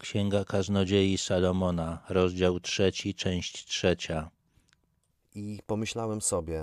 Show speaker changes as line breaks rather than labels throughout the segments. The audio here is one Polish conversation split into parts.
Księga Kaznodziei Salomona, rozdział 3, część 3.
I pomyślałem sobie,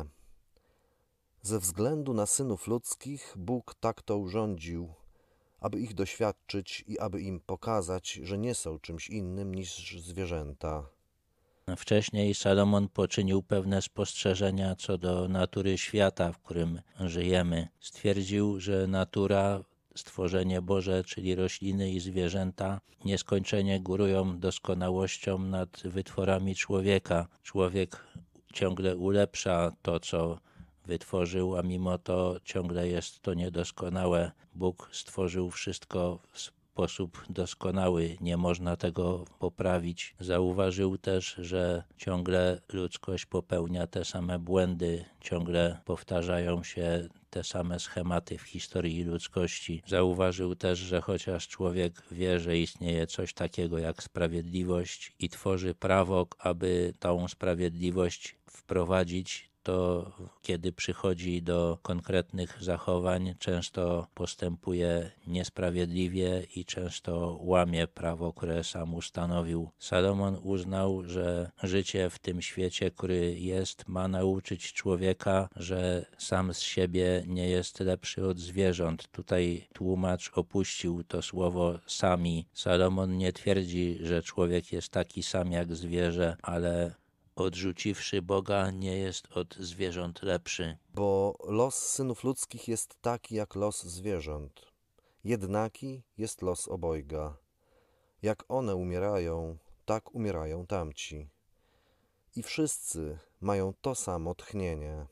ze względu na synów ludzkich Bóg tak to urządził, aby ich doświadczyć i aby im pokazać, że nie są czymś innym niż zwierzęta.
Wcześniej Salomon poczynił pewne spostrzeżenia co do natury świata, w którym żyjemy. Stwierdził, że natura, stworzenie Boże, czyli rośliny i zwierzęta, nieskończenie górują doskonałością nad wytworami człowieka. Człowiek ciągle ulepsza to, co wytworzył, a mimo to ciągle jest to niedoskonałe. Bóg stworzył wszystko w sposób doskonały, nie można tego poprawić. Zauważył też, że ciągle ludzkość popełnia te same błędy, ciągle powtarzają się te same schematy w historii ludzkości. Zauważył też, że chociaż człowiek wie, że istnieje coś takiego jak sprawiedliwość i tworzy prawo, aby tą sprawiedliwość wprowadzić, to kiedy przychodzi do konkretnych zachowań, często postępuje niesprawiedliwie i często łamie prawo, które sam ustanowił. Salomon uznał, że życie w tym świecie, który jest, ma nauczyć człowieka, że sam z siebie nie jest lepszy od zwierząt. Tutaj tłumacz opuścił to słowo sami. Salomon nie twierdzi, że człowiek jest taki sam jak zwierzę, ale odrzuciwszy Boga, nie jest od zwierząt lepszy.
Bo los synów ludzkich jest taki jak los zwierząt. Jednaki jest los obojga. Jak one umierają, tak umierają tamci. I wszyscy mają to samo tchnienie.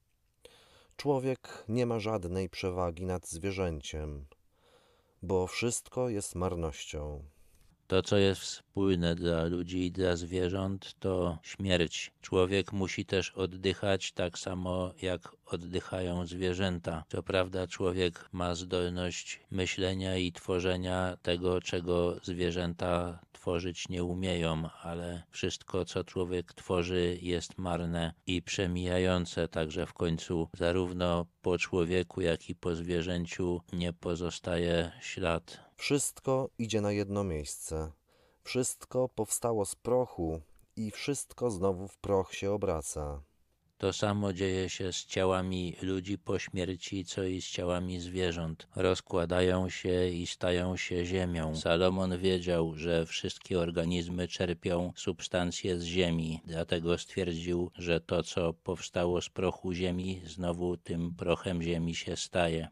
Człowiek nie ma żadnej przewagi nad zwierzęciem, bo wszystko jest marnością.
To, co jest wspólne dla ludzi i dla zwierząt, to śmierć. Człowiek musi też oddychać tak samo, jak oddychają zwierzęta. Co prawda człowiek ma zdolność myślenia i tworzenia tego, czego zwierzęta tworzyć nie umieją, ale wszystko, co człowiek tworzy, jest marne i przemijające, także w końcu zarówno po człowieku, jak i po zwierzęciu nie pozostaje ślad.
Wszystko idzie na jedno miejsce. Wszystko powstało z prochu i wszystko znowu w proch się obraca.
To samo dzieje się z ciałami ludzi po śmierci, co i z ciałami zwierząt. Rozkładają się i stają się ziemią. Salomon wiedział, że wszystkie organizmy czerpią substancje z ziemi, dlatego stwierdził, że to, co powstało z prochu ziemi, znowu tym prochem ziemi się staje.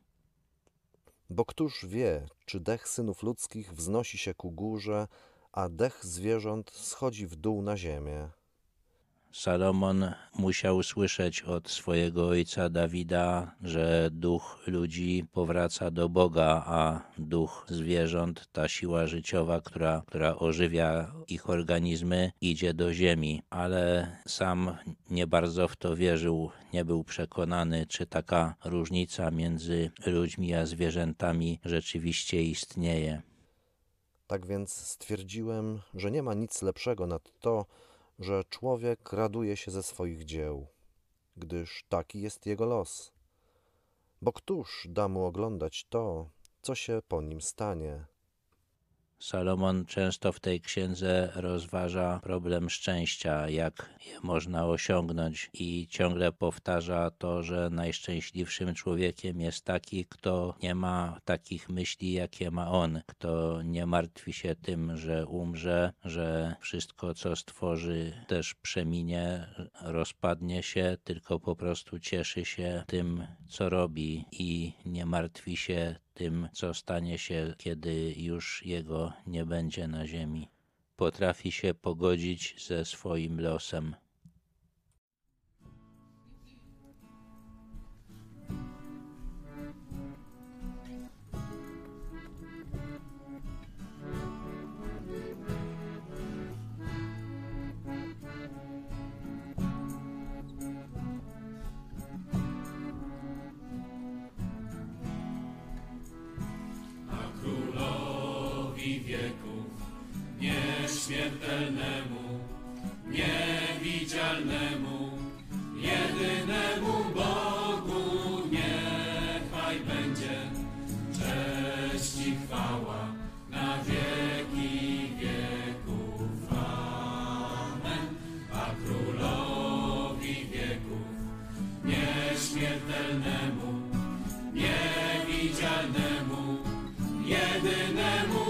Bo któż wie, czy dech synów ludzkich wznosi się ku górze, a dech zwierząt schodzi w dół na ziemię.
Salomon musiał słyszeć od swojego ojca Dawida, że duch ludzi powraca do Boga, a duch zwierząt, ta siła życiowa, która ożywia ich organizmy, idzie do ziemi. Ale sam nie bardzo w to wierzył, nie był przekonany, czy taka różnica między ludźmi a zwierzętami rzeczywiście istnieje.
Tak więc stwierdziłem, że nie ma nic lepszego nad to, że człowiek raduje się ze swoich dzieł, gdyż taki jest jego los. Bo któż da mu oglądać to, co się po nim stanie?
Salomon często w tej księdze rozważa problem szczęścia, jak je można osiągnąć i ciągle powtarza to, że najszczęśliwszym człowiekiem jest taki, kto nie ma takich myśli, jakie ma on, kto nie martwi się tym, że umrze, że wszystko, co stworzy, też przeminie, rozpadnie się, tylko po prostu cieszy się tym, co robi i nie martwi się tym, co stanie się, kiedy już jego nie będzie na ziemi. Potrafi się pogodzić ze swoim losem.
Wieków, nieśmiertelnemu, niewidzialnemu, jedynemu Bogu niechaj będzie cześć i chwała na wieki jedynemu